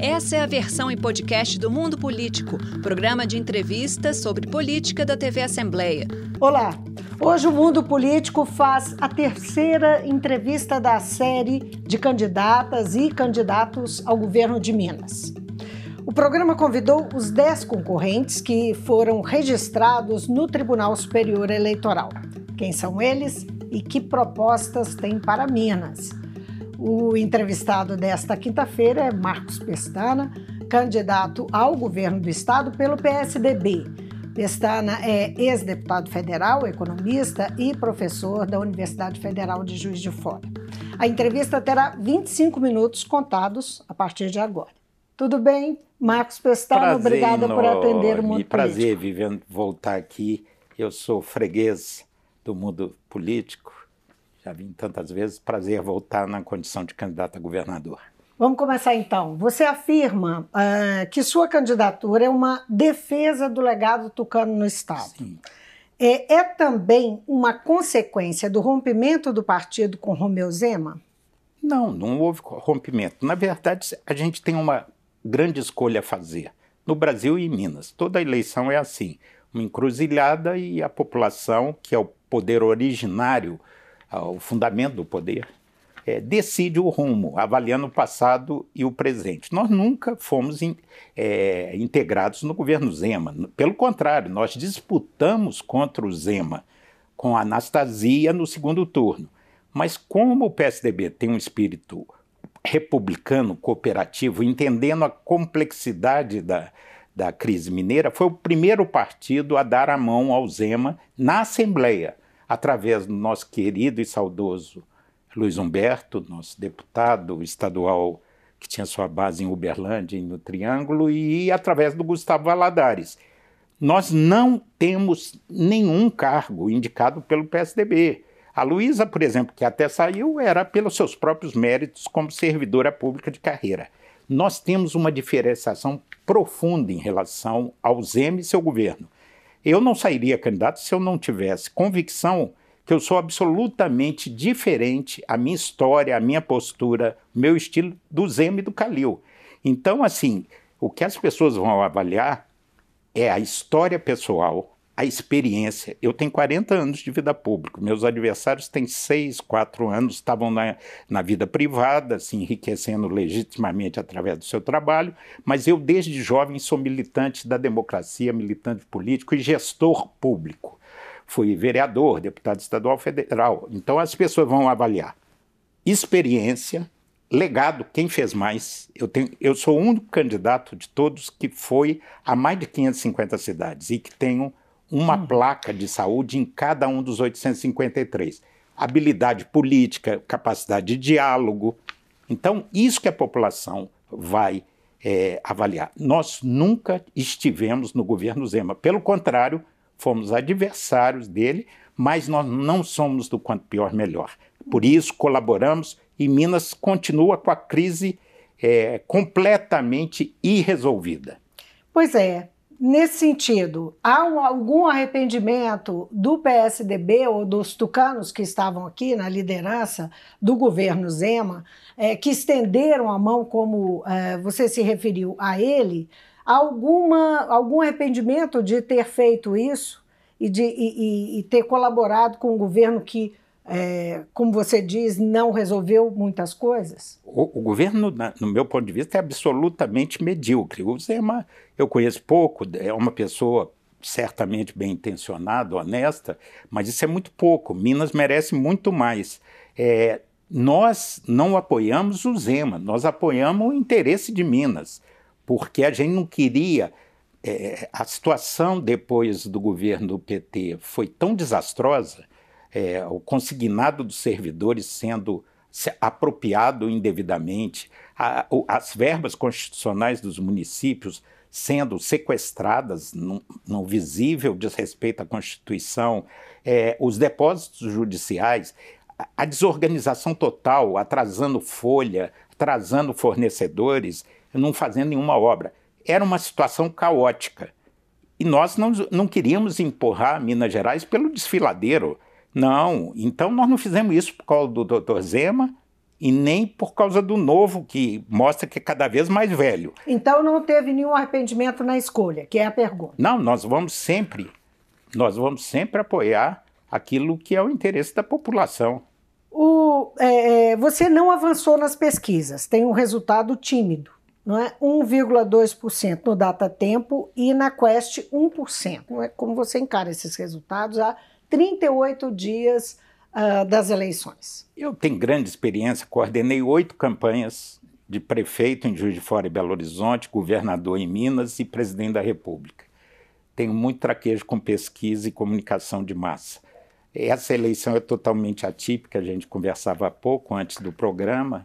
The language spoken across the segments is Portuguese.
Essa é a versão em podcast do Mundo Político, programa de entrevistas sobre política da TV Assembleia. Olá! Hoje o Mundo Político faz a terceira entrevista da série de candidatas e candidatos ao governo de Minas. O programa convidou os 10 concorrentes que foram registrados no Tribunal Superior Eleitoral. Quem são eles e que propostas têm para Minas? O entrevistado desta quinta-feira é Marcos Pestana, candidato ao governo do estado pelo PSDB. Pestana é ex-deputado federal, economista e professor da Universidade Federal de Juiz de Fora. A entrevista terá 25 minutos contados a partir de agora. Tudo bem? Marcos Pestana, obrigada por atender o Mundo Político. Prazer, Viviane, voltar aqui. Eu sou freguês do Mundo Político. Já vim tantas vezes, prazer voltar na condição de candidato a governador. Vamos começar então. Você afirma que sua candidatura é uma defesa do legado tucano no estado. Sim. É também uma consequência do rompimento do partido com Romeu Zema? Não houve rompimento. Na verdade, a gente tem uma grande escolha a fazer. No Brasil e em Minas, toda eleição é assim. Uma encruzilhada e a população, que é o poder originário, o fundamento do poder, decide o rumo, avaliando o passado e o presente. Nós nunca fomos integrados no governo Zema. Pelo contrário, nós disputamos contra o Zema, com a Anastasia no segundo turno. Mas como o PSDB tem um espírito republicano, cooperativo, entendendo a complexidade da crise mineira, foi o primeiro partido a dar a mão ao Zema na Assembleia, através do nosso querido e saudoso Luiz Humberto, nosso deputado estadual que tinha sua base em Uberlândia e no Triângulo, e através do Gustavo Valadares. Nós não temos nenhum cargo indicado pelo PSDB. A Luísa, por exemplo, que até saiu, era pelos seus próprios méritos como servidora pública de carreira. Nós temos uma diferenciação profunda em relação ao Zema e seu governo. Eu não sairia candidato se eu não tivesse convicção que eu sou absolutamente diferente, a minha história, a minha postura, o meu estilo do Zema e do Calil. Então, assim, o que as pessoas vão avaliar é a história pessoal, a experiência. Eu tenho 40 anos de vida pública, meus adversários têm 6, 4 anos, estavam na vida privada, se enriquecendo legitimamente através do seu trabalho, mas eu desde jovem sou militante da democracia, militante político e gestor público. Fui vereador, deputado estadual federal. Então as pessoas vão avaliar experiência, legado, quem fez mais. Eu sou o único candidato de todos que foi a mais de 550 cidades e que tenho uma placa de saúde em cada um dos 853. Habilidade política, capacidade de diálogo. Então, isso que a população vai avaliar. Nós nunca estivemos no governo Zema. Pelo contrário, fomos adversários dele, mas nós não somos do quanto pior, melhor. Por isso, colaboramos e Minas continua com a crise completamente irresolvida. Pois é. Nesse sentido, há algum arrependimento do PSDB ou dos tucanos que estavam aqui na liderança do governo Zema, que estenderam a mão, como você se referiu a ele? Algum arrependimento de ter feito isso e ter colaborado com um governo que, como você diz, não resolveu muitas coisas? O governo, no meu ponto de vista, é absolutamente medíocre. O Zema eu conheço pouco, é uma pessoa certamente bem intencionada, honesta, mas isso é muito pouco. Minas merece muito mais. Nós não apoiamos o Zema, nós apoiamos o interesse de Minas, porque a gente não queria... a situação depois do governo do PT foi tão desastrosa, o consignado dos servidores sendo apropriado indevidamente, as verbas constitucionais dos municípios sendo sequestradas no visível desrespeito à Constituição, os depósitos judiciais, a desorganização total, atrasando folha, atrasando fornecedores, não fazendo nenhuma obra. Era uma situação caótica. E nós não queríamos empurrar Minas Gerais pelo desfiladeiro. Não. Então nós não fizemos isso por causa do Dr. Zema e nem por causa do novo, que mostra que é cada vez mais velho. Então não teve nenhum arrependimento na escolha, que é a pergunta. Não, nós vamos sempre apoiar aquilo que é o interesse da população. Você não avançou nas pesquisas, tem um resultado tímido, não é? 1,2% no Datatempo e na Quest 1%. Não é? Como você encara esses resultados há 38 dias das eleições? Eu tenho grande experiência, coordenei 8 campanhas de prefeito em Juiz de Fora e Belo Horizonte, governador em Minas e presidente da República. Tenho muito traquejo com pesquisa e comunicação de massa. Essa eleição é totalmente atípica, a gente conversava há pouco antes do programa.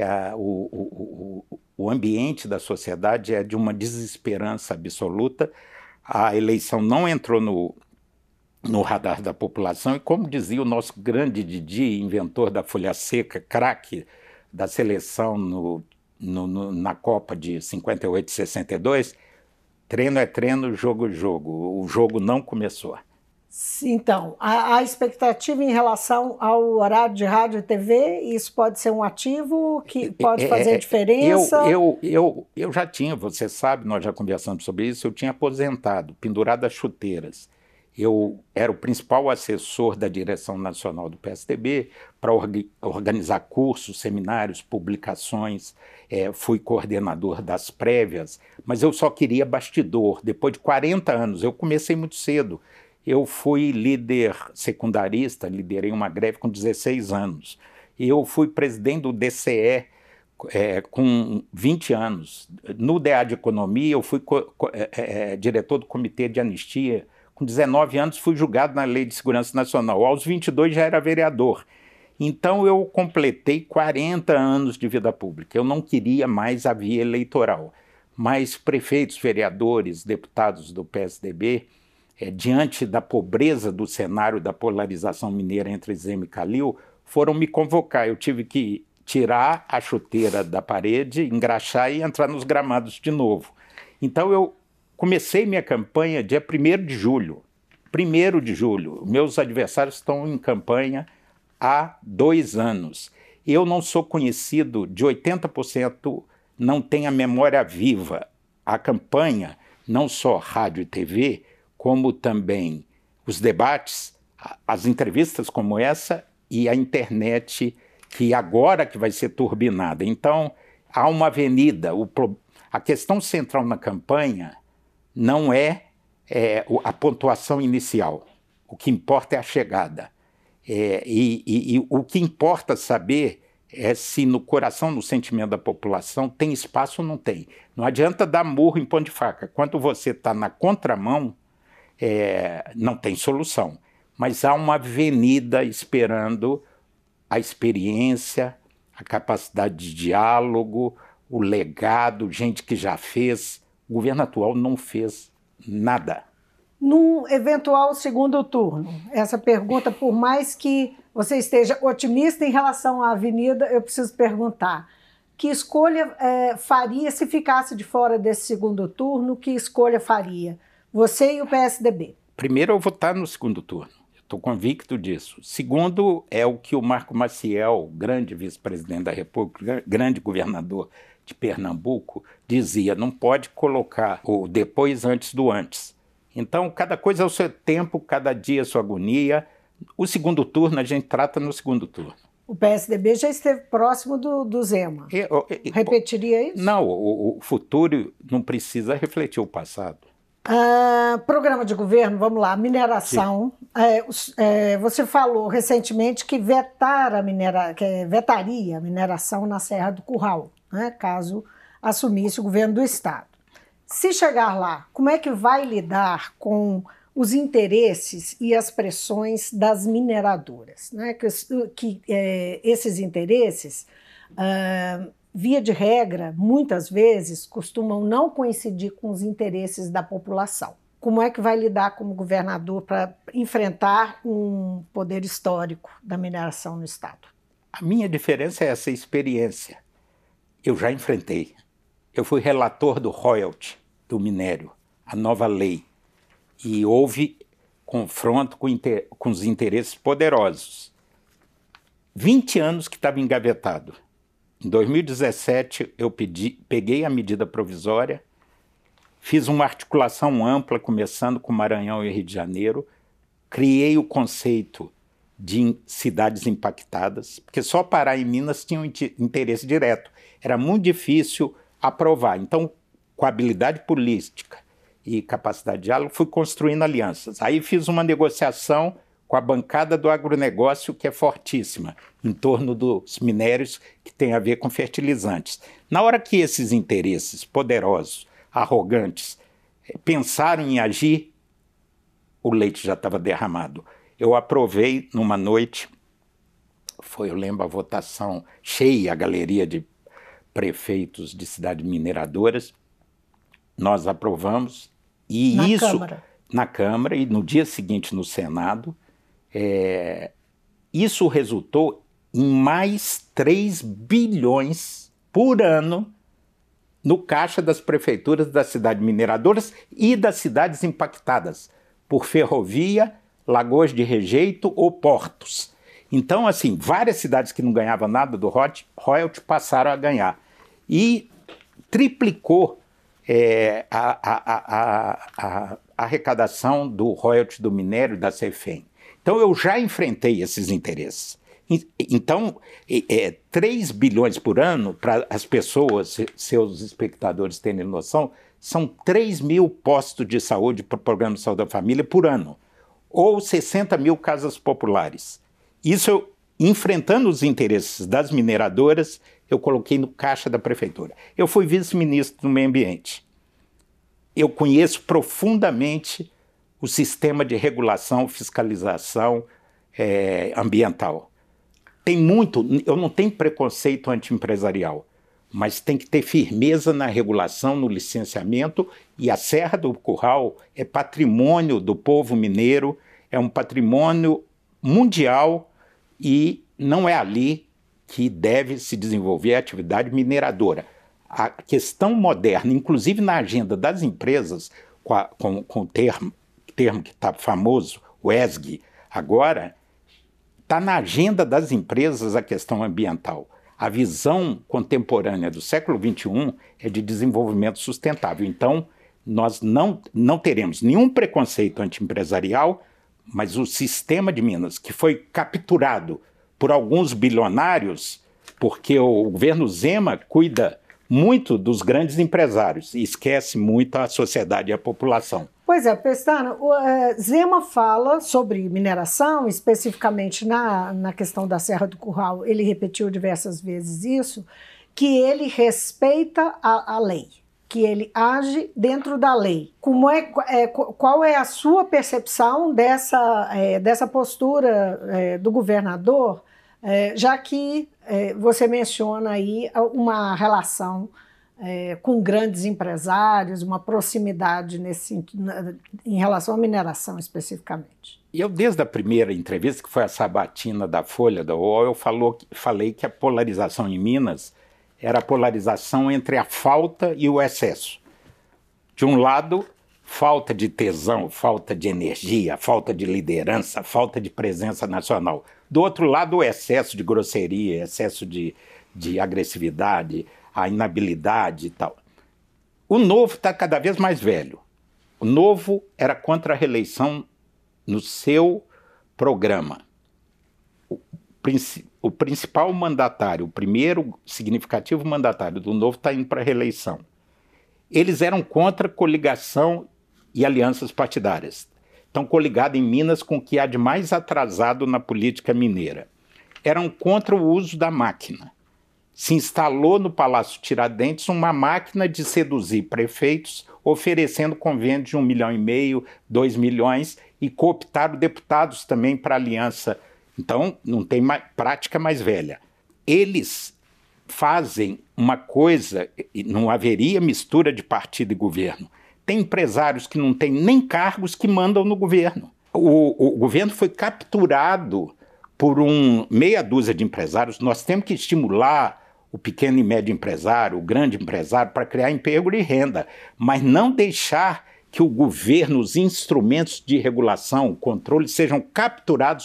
O ambiente da sociedade é de uma desesperança absoluta. A eleição não entrou no radar da população e, como dizia o nosso grande Didi, inventor da folha seca, craque da seleção na Copa de 58 e 62, treino é treino, jogo é jogo. O jogo não começou. Então, a expectativa em relação ao horário de rádio e TV, isso pode ser um ativo que pode fazer diferença? Eu já tinha, você sabe, nós já conversamos sobre isso, eu tinha aposentado, pendurado as chuteiras. Eu era o principal assessor da direção nacional do PSDB para organizar cursos, seminários, publicações, fui coordenador das prévias, mas eu só queria bastidor. Depois de 40 anos, eu comecei muito cedo. Eu fui líder secundarista, liderei uma greve com 16 anos. Eu fui presidente do DCE com 20 anos. No DA de Economia, eu fui diretor do Comitê de Anistia. Com 19 anos, fui julgado na Lei de Segurança Nacional. Aos 22, já era vereador. Então, eu completei 40 anos de vida pública. Eu não queria mais a via eleitoral. Mas prefeitos, vereadores, deputados do PSDB... diante da pobreza do cenário da polarização mineira entre Zema e Calil, foram me convocar. Eu tive que tirar a chuteira da parede, engraxar e entrar nos gramados de novo. Então eu comecei minha campanha dia 1º de julho. 1º de julho. Meus adversários estão em campanha há 2 anos. Eu não sou conhecido, de 80% não tem a memória viva. A campanha, não só rádio e TV, como também os debates, as entrevistas como essa e a internet, que agora que vai ser turbinada. Então, há uma avenida. A questão central na campanha não é a pontuação inicial. O que importa é a chegada. E o que importa saber é se no coração, no sentimento da população, tem espaço ou não tem. Não adianta dar murro em ponta de faca. Quando você está na contramão, não tem solução, mas há uma avenida esperando a experiência, a capacidade de diálogo, o legado, gente que já fez. O governo atual não fez nada. Num eventual segundo turno, essa pergunta, por mais que você esteja otimista em relação à avenida, eu preciso perguntar, que escolha faria, se ficasse de fora desse segundo turno, que escolha faria? Você e o PSDB. Primeiro, eu vou estar no segundo turno. Estou convicto disso. Segundo, é o que o Marco Maciel, grande vice-presidente da República, grande governador de Pernambuco, dizia, não pode colocar o depois antes do antes. Então, cada coisa é o seu tempo, cada dia a sua agonia. O segundo turno a gente trata no segundo turno. O PSDB já esteve próximo do Zema. Repetiria isso? Não, o futuro não precisa refletir o passado. Programa de governo, vamos lá, mineração. Você falou recentemente que vetaria a mineração na Serra do Curral, né, caso assumisse o governo do Estado. Se chegar lá, como é que vai lidar com os interesses e as pressões das mineradoras? Né? Esses interesses... via de regra, muitas vezes, costumam não coincidir com os interesses da população. Como é que vai lidar como governador para enfrentar um poder histórico da mineração no Estado? A minha diferença é essa experiência. Eu já enfrentei. Eu fui relator do royalty do minério, a nova lei, e houve confronto com os interesses poderosos. 20 anos que estava engavetado. Em 2017, eu peguei a medida provisória, fiz uma articulação ampla, começando com Maranhão e Rio de Janeiro, criei o conceito de cidades impactadas, porque só Pará e Minas tinham interesse direto. Era muito difícil aprovar. Então, com habilidade política e capacidade de diálogo, fui construindo alianças. Aí fiz uma negociação com a bancada do agronegócio, que é fortíssima, em torno dos minérios que tem a ver com fertilizantes. Na hora que esses interesses poderosos, arrogantes, pensaram em agir, o leite já estava derramado. Eu aprovei numa noite, eu lembro, a votação cheia, a galeria de prefeitos de cidades mineradoras, nós aprovamos, e na Câmara, e no dia seguinte no Senado, isso resultou em mais 3 bilhões por ano no caixa das prefeituras das cidades mineradoras e das cidades impactadas por ferrovia, lagoas de rejeito ou portos. Então, assim, várias cidades que não ganhavam nada do royalty passaram a ganhar. E triplicou a arrecadação do royalty do minério da CEFEM. Então, eu já enfrentei esses interesses. Então, 3 bilhões por ano, para as pessoas, seus espectadores terem noção, são 3 mil postos de saúde para o Programa de Saúde da Família por ano, ou 60 mil casas populares. Isso, enfrentando os interesses das mineradoras, eu coloquei no caixa da prefeitura. Eu fui vice-ministro do Meio Ambiente. Eu conheço profundamente o sistema de regulação, fiscalização ambiental. Eu não tenho preconceito anti-empresarial, mas tem que ter firmeza na regulação, no licenciamento, e a Serra do Curral é patrimônio do povo mineiro, é um patrimônio mundial e não é ali que deve se desenvolver a atividade mineradora. A questão moderna, inclusive na agenda das empresas, com o termo que está famoso, o ESG, agora, está na agenda das empresas a questão ambiental. A visão contemporânea do século XXI é de desenvolvimento sustentável. Então, nós não teremos nenhum preconceito anti-empresarial, mas o sistema de Minas, que foi capturado por alguns bilionários, porque o governo Zema cuida muito dos grandes empresários e esquece muito a sociedade e a população. Pois é, Pestana, Zema fala sobre mineração, especificamente na questão da Serra do Curral, ele repetiu diversas vezes isso, que ele respeita a lei, que ele age dentro da lei. Qual é a sua percepção dessa postura do governador, já que você menciona aí uma relação com grandes empresários, uma proximidade em relação à mineração especificamente? Eu, desde a primeira entrevista, que foi a sabatina da Folha da UOL, eu falei que a polarização em Minas era a polarização entre a falta e o excesso. De um lado, falta de tesão, falta de energia, falta de liderança, falta de presença nacional. Do outro lado, o excesso de grosseria, excesso de agressividade, a inabilidade e tal. O Novo está cada vez mais velho. O Novo era contra a reeleição no seu programa. O principal mandatário, o primeiro significativo mandatário do Novo está indo para a reeleição. Eles eram contra coligação e alianças partidárias. Estão coligados em Minas com o que há de mais atrasado na política mineira. Eram contra o uso da máquina. Se instalou no Palácio Tiradentes uma máquina de seduzir prefeitos, oferecendo convênio de 1,5 milhão, 2 milhões, e cooptaram deputados também para a aliança. Então, não tem prática mais velha. Eles fazem uma coisa, não haveria mistura de partido e governo. Tem empresários que não têm nem cargos que mandam no governo. O governo foi capturado por meia dúzia de empresários. Nós temos que estimular o pequeno e médio empresário, o grande empresário, para criar emprego e renda, mas não deixar que o governo, os instrumentos de regulação, controle, sejam capturados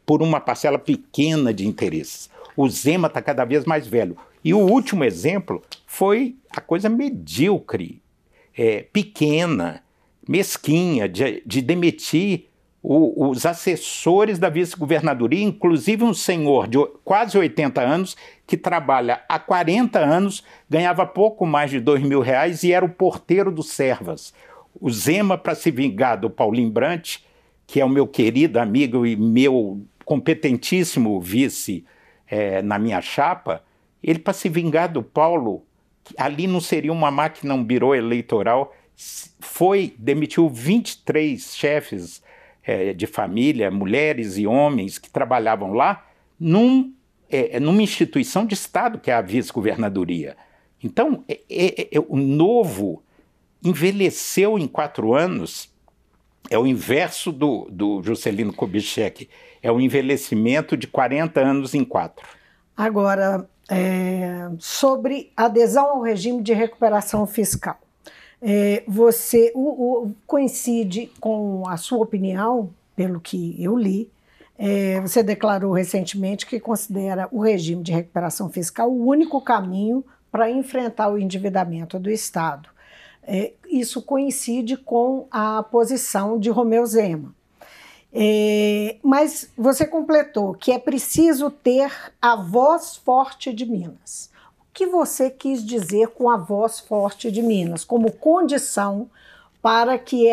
por uma parcela pequena de interesses. O Zema está cada vez mais velho. E o último exemplo foi a coisa medíocre, pequena, mesquinha, de demitir os assessores da vice-governadoria, inclusive um senhor de quase 80 anos, que trabalha há 40 anos, ganhava pouco mais de R$2.000 e era o porteiro do Servas. O Zema, para se vingar do Paulinho Brant, que é o meu querido amigo e meu competentíssimo vice na minha chapa, ele, para se vingar do Paulo, ali não seria uma máquina, um birô eleitoral, demitiu 23 chefes de família, mulheres e homens que trabalhavam lá, numa instituição de Estado, que é a vice-governadoria. Então, o Novo envelheceu em 4 anos, é o inverso do Juscelino Kubitschek, é o envelhecimento de 40 anos em 4. Agora, sobre adesão ao regime de recuperação fiscal. Você coincide com a sua opinião, pelo que eu li. Você declarou recentemente que considera o regime de recuperação fiscal o único caminho para enfrentar o endividamento do Estado. Isso coincide com a posição de Romeu Zema. Mas você completou que é preciso ter a voz forte de Minas. O que você quis dizer com a voz forte de Minas, como condição para que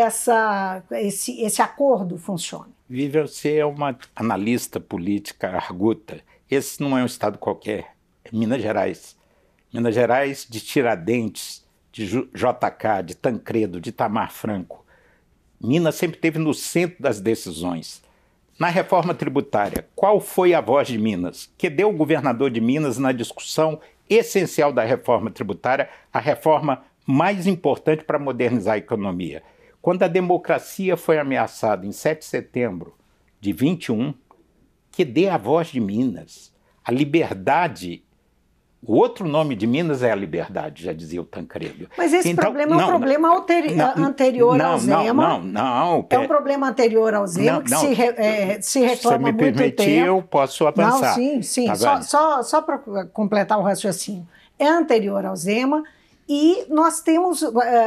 esse acordo funcione? Vivian, você é uma analista política arguta. Esse não é um estado qualquer, é Minas Gerais. Minas Gerais de Tiradentes, de JK, de Tancredo, de Itamar Franco. Minas sempre esteve no centro das decisões. Na reforma tributária, qual foi a voz de Minas? Que deu o governador de Minas na discussão essencial da reforma tributária, a reforma mais importante para modernizar a economia. Quando a democracia foi ameaçada em 7 de setembro de 21, que dê a voz de Minas. A liberdade, o outro nome de Minas é a liberdade, já dizia o Tancredo. Mas esse problema é um problema anterior ao Zema. Não. É um problema anterior ao Zema, que se reclama há muito tempo. Se me permitir, eu posso avançar. Não, sim. Tá, só para completar o raciocínio. É anterior ao Zema e nós temos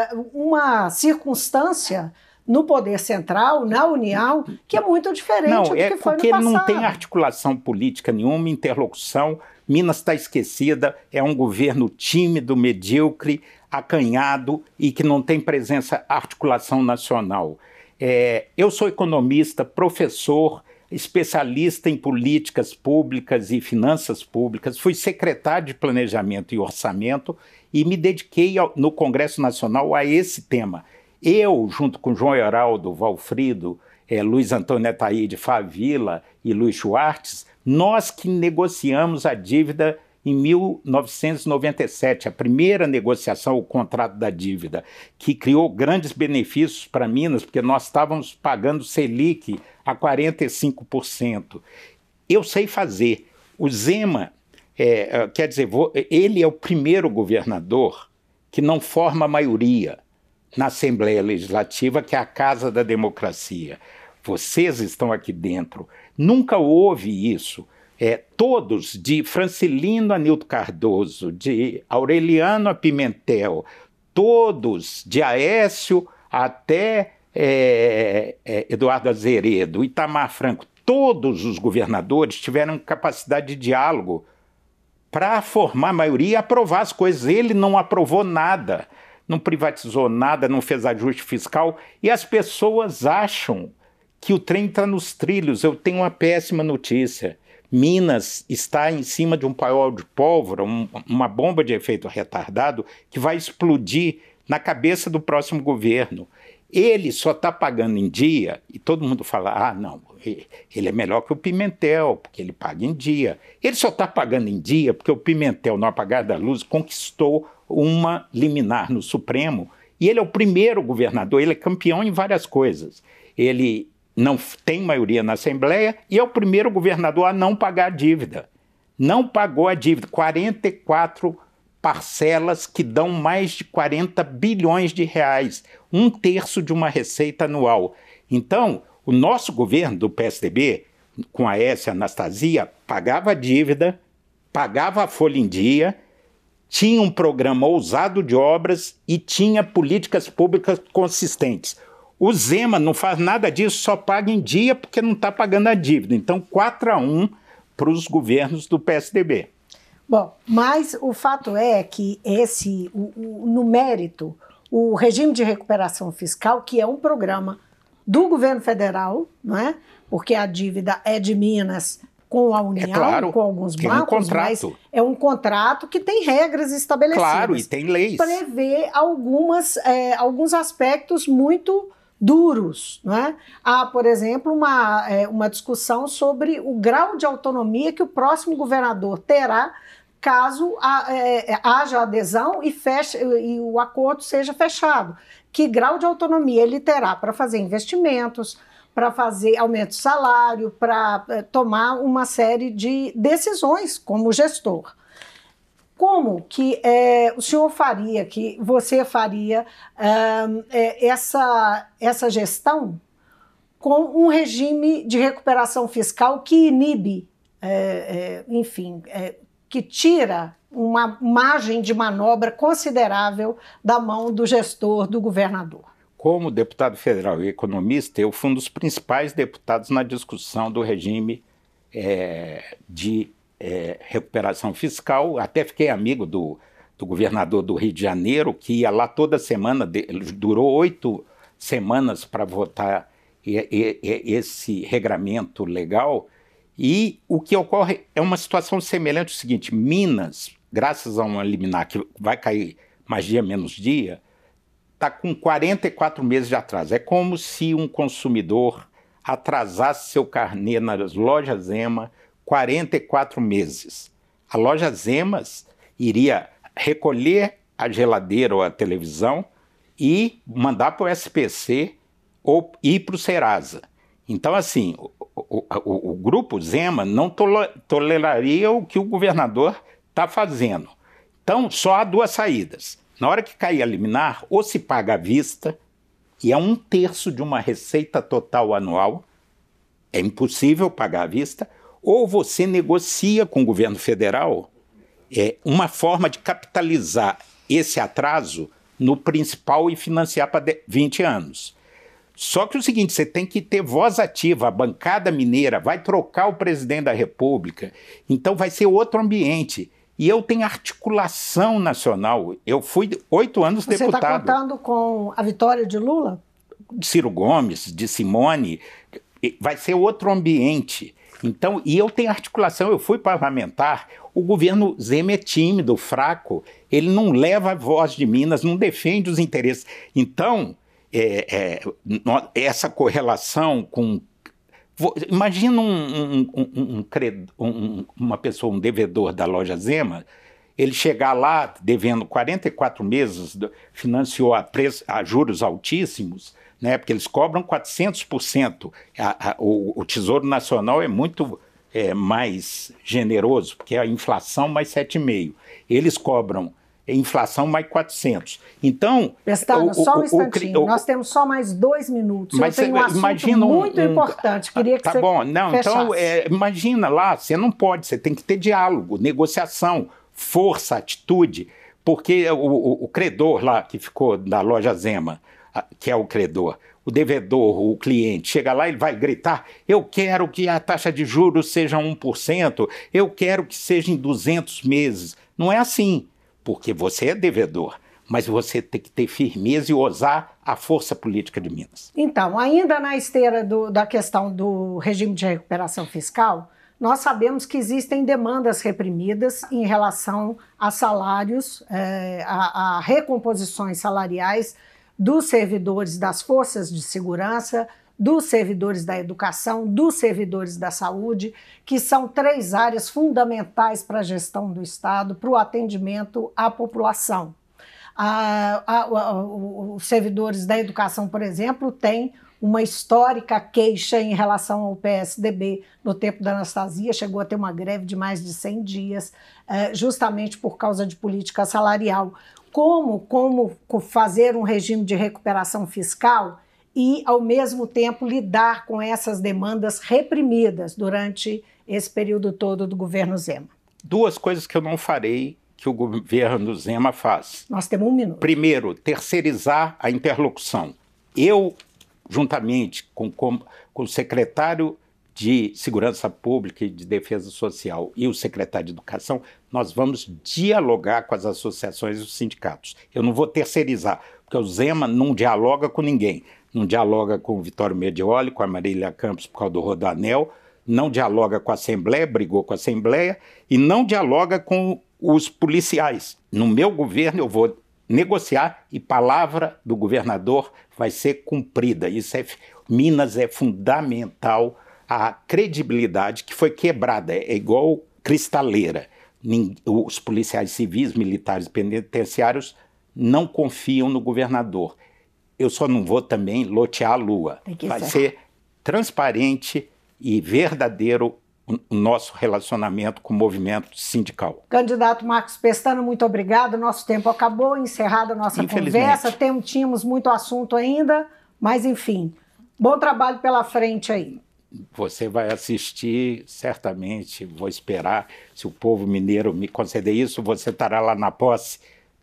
uma circunstância no poder central, na União, que é muito diferente do que foi no passado. Porque ele não tem articulação política nenhuma, interlocução. Minas está esquecida, é um governo tímido, medíocre, acanhado e que não tem presença, articulação nacional. Eu sou economista, professor, especialista em políticas públicas e finanças públicas, fui secretário de Planejamento e Orçamento e me dediquei no Congresso Nacional a esse tema. Eu, junto com João Heraldo, Valfrido, Luiz Antônio Ataíde Favila e Luiz Schwartz, nós que negociamos a dívida em 1997, a primeira negociação, o contrato da dívida, que criou grandes benefícios para Minas, porque nós estávamos pagando Selic a 45%. Eu sei fazer. O Zema, quer dizer, ele é o primeiro governador que não forma maioria na Assembleia Legislativa, que é a casa da democracia. Vocês estão aqui dentro. Nunca houve isso. Todos, de Francilino a Nilton Cardoso, de Aureliano a Pimentel, todos, de Aécio até Eduardo Azeredo, Itamar Franco, todos os governadores tiveram capacidade de diálogo para formar maioria e aprovar as coisas. Ele não aprovou nada, não privatizou nada, não fez ajuste fiscal, e as pessoas acham que o trem está nos trilhos. Eu tenho uma péssima notícia. Minas está em cima de um paiol de pólvora, uma bomba de efeito retardado que vai explodir na cabeça do próximo governo. Ele só está pagando em dia, e todo mundo fala, não, ele é melhor que o Pimentel, porque ele paga em dia. Ele só está pagando em dia porque o Pimentel, no apagar da luz, conquistou uma liminar no Supremo, e ele é o primeiro governador, ele é campeão em várias coisas. Ele não tem maioria na Assembleia e é o primeiro governador a não pagar a dívida. Não pagou a dívida, 44 parcelas que dão mais de 40 bilhões de reais, 1/3 de uma receita anual. Então, o nosso governo do PSDB, com a Aécia Anastasia, pagava a dívida, pagava a folha em dia, tinha um programa ousado de obras e tinha políticas públicas consistentes. O Zema não faz nada disso, só paga em dia porque não está pagando a dívida. Então, 4-1 para os governos do PSDB. Bom, mas o fato é que no mérito, o regime de recuperação fiscal, que é um programa do governo federal, não é? Porque a dívida é de Minas com a União, claro, com alguns bancos, mas é um contrato que tem regras estabelecidas. Claro, e tem leis. Prevê alguns aspectos muito duros, não é? Há, por exemplo, uma discussão sobre o grau de autonomia que o próximo governador terá caso haja adesão e o acordo seja fechado. Que grau de autonomia ele terá para fazer investimentos, para fazer aumento de salário, para tomar uma série de decisões como gestor. Como que o senhor faria, que você faria essa gestão com um regime de recuperação fiscal que inibe, que tira uma margem de manobra considerável da mão do gestor, do governador? Como deputado federal e economista, eu fui um dos principais deputados na discussão do regime de recuperação fiscal. Até fiquei amigo do governador do Rio de Janeiro, que ia lá toda semana, durou 8 semanas para votar esse regramento legal. E o que ocorre é uma situação semelhante ao seguinte: Minas, graças a uma liminar que vai cair mais dia menos dia, está com 44 meses de atraso. É como se um consumidor atrasasse seu carnê nas lojas Zema 44 meses. A loja Zemas iria recolher a geladeira ou a televisão e mandar para o SPC ou ir para o Serasa. Então, assim, o grupo Zema não toleraria o que o governador está fazendo. Então, só há 2 saídas. Na hora que cair a liminar, ou se paga à vista, e é 1/3 de uma receita total anual, é impossível pagar à vista, ou você negocia com o governo federal uma forma de capitalizar esse atraso no principal e financiar para 20 anos. Só que o seguinte, você tem que ter voz ativa, a bancada mineira vai trocar o presidente da República, então vai ser outro ambiente. E eu tenho articulação nacional, eu fui 8 anos deputado. Você está contando com a vitória de Lula? De Ciro Gomes, de Simone, vai ser outro ambiente. Então, e eu tenho articulação, eu fui parlamentar, o governo Zema é tímido, fraco, ele não leva a voz de Minas, não defende os interesses. Então, essa correlação com... Imagina uma pessoa, um devedor da loja Zema, ele chegar lá devendo 44 meses, financiou a juros altíssimos, né, porque eles cobram 400%. O Tesouro Nacional é muito mais generoso, porque é a inflação mais 7,5%. Eles cobram inflação mais 400. Então... Pestana, só um instantinho. Nós temos só mais 2 minutos. Mas eu tenho um assunto muito importante. Queria que tá você bom. Não, fechasse. Então, imagina lá, você não pode, você tem que ter diálogo, negociação, força, atitude, porque o credor lá que ficou da loja Zema, que é o credor, o devedor, o cliente, chega lá e ele vai gritar: eu quero que a taxa de juros seja 1%, eu quero que seja em 200 meses. Não é assim, porque você é devedor, mas você tem que ter firmeza e ousar a força política de Minas. Então, ainda na esteira da questão do regime de recuperação fiscal, nós sabemos que existem demandas reprimidas em relação a salários, a recomposições salariais dos servidores das forças de segurança, dos servidores da educação, dos servidores da saúde, que são 3 áreas fundamentais para a gestão do Estado, para o atendimento à população. Os servidores da educação, por exemplo, têm uma histórica queixa em relação ao PSDB. No tempo da Anastasia, chegou a ter uma greve de mais de 100 dias, justamente por causa de política salarial. Como fazer um regime de recuperação fiscal e, ao mesmo tempo, lidar com essas demandas reprimidas durante esse período todo do governo Zema? 2 coisas que eu não farei que o governo Zema faz. Nós temos 1 minuto. Primeiro, terceirizar a interlocução. Eu, juntamente com o secretário de Segurança Pública e de Defesa Social e o secretário de Educação, nós vamos dialogar com as associações e os sindicatos. Eu não vou terceirizar, porque o Zema não dialoga com ninguém. Não dialoga com o Vitório Medioli, com a Marília Campos por causa do Rodoanel, não dialoga com a Assembleia, brigou com a Assembleia, e não dialoga com os policiais. No meu governo eu vou negociar e palavra do governador vai ser cumprida. Minas é fundamental, a credibilidade que foi quebrada, é igual cristaleira. Os policiais civis, militares, penitenciários não confiam no governador. Eu só não vou também lotear a lua. Vai ser transparente e verdadeiro o nosso relacionamento com o movimento sindical. Candidato Marcos Pestana, muito obrigado. Nosso tempo acabou, encerrada a nossa conversa. Tínhamos muito assunto ainda, mas enfim, bom trabalho pela frente aí. Você vai assistir, certamente, vou esperar. Se o povo mineiro me conceder isso, você estará lá na posse,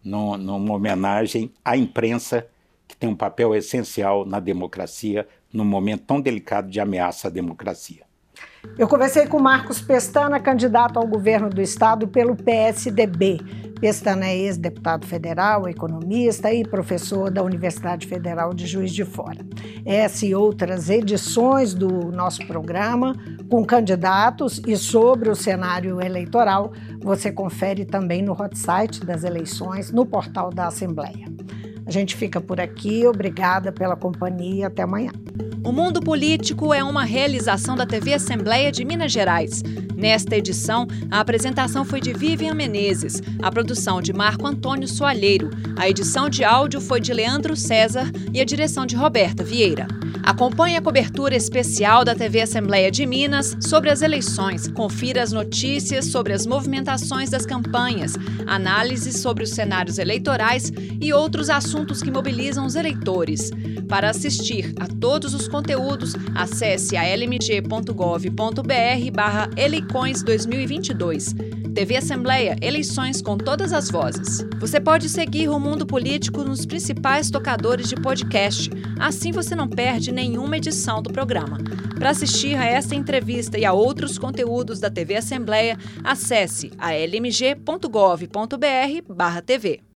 numa homenagem à imprensa, que tem um papel essencial na democracia, num momento tão delicado de ameaça à democracia. Eu conversei com Marcos Pestana, candidato ao governo do estado pelo PSDB. Pestana é ex-deputado federal, economista e professor da Universidade Federal de Juiz de Fora. Essa e outras edições do nosso programa, com candidatos e sobre o cenário eleitoral, você confere também no hot site das eleições, no portal da Assembleia. A gente fica por aqui, obrigada pela companhia, até amanhã. O Mundo Político é uma realização da TV Assembleia de Minas Gerais. Nesta edição, a apresentação foi de Vivian Menezes, a produção de Marco Antônio Soalheiro, a edição de áudio foi de Leandro César e a direção de Roberta Vieira. Acompanhe a cobertura especial da TV Assembleia de Minas sobre as eleições. Confira as notícias sobre as movimentações das campanhas, análises sobre os cenários eleitorais e outros assuntos que mobilizam os eleitores. Para assistir a todos os conteúdos, acesse a lmg.gov.br/eleições 2022. TV Assembleia, eleições com todas as vozes. Você pode seguir o Mundo Político nos principais tocadores de podcast. Assim você não perde nenhuma edição do programa. Para assistir a esta entrevista e a outros conteúdos da TV Assembleia, acesse a lmg.gov.br/tv.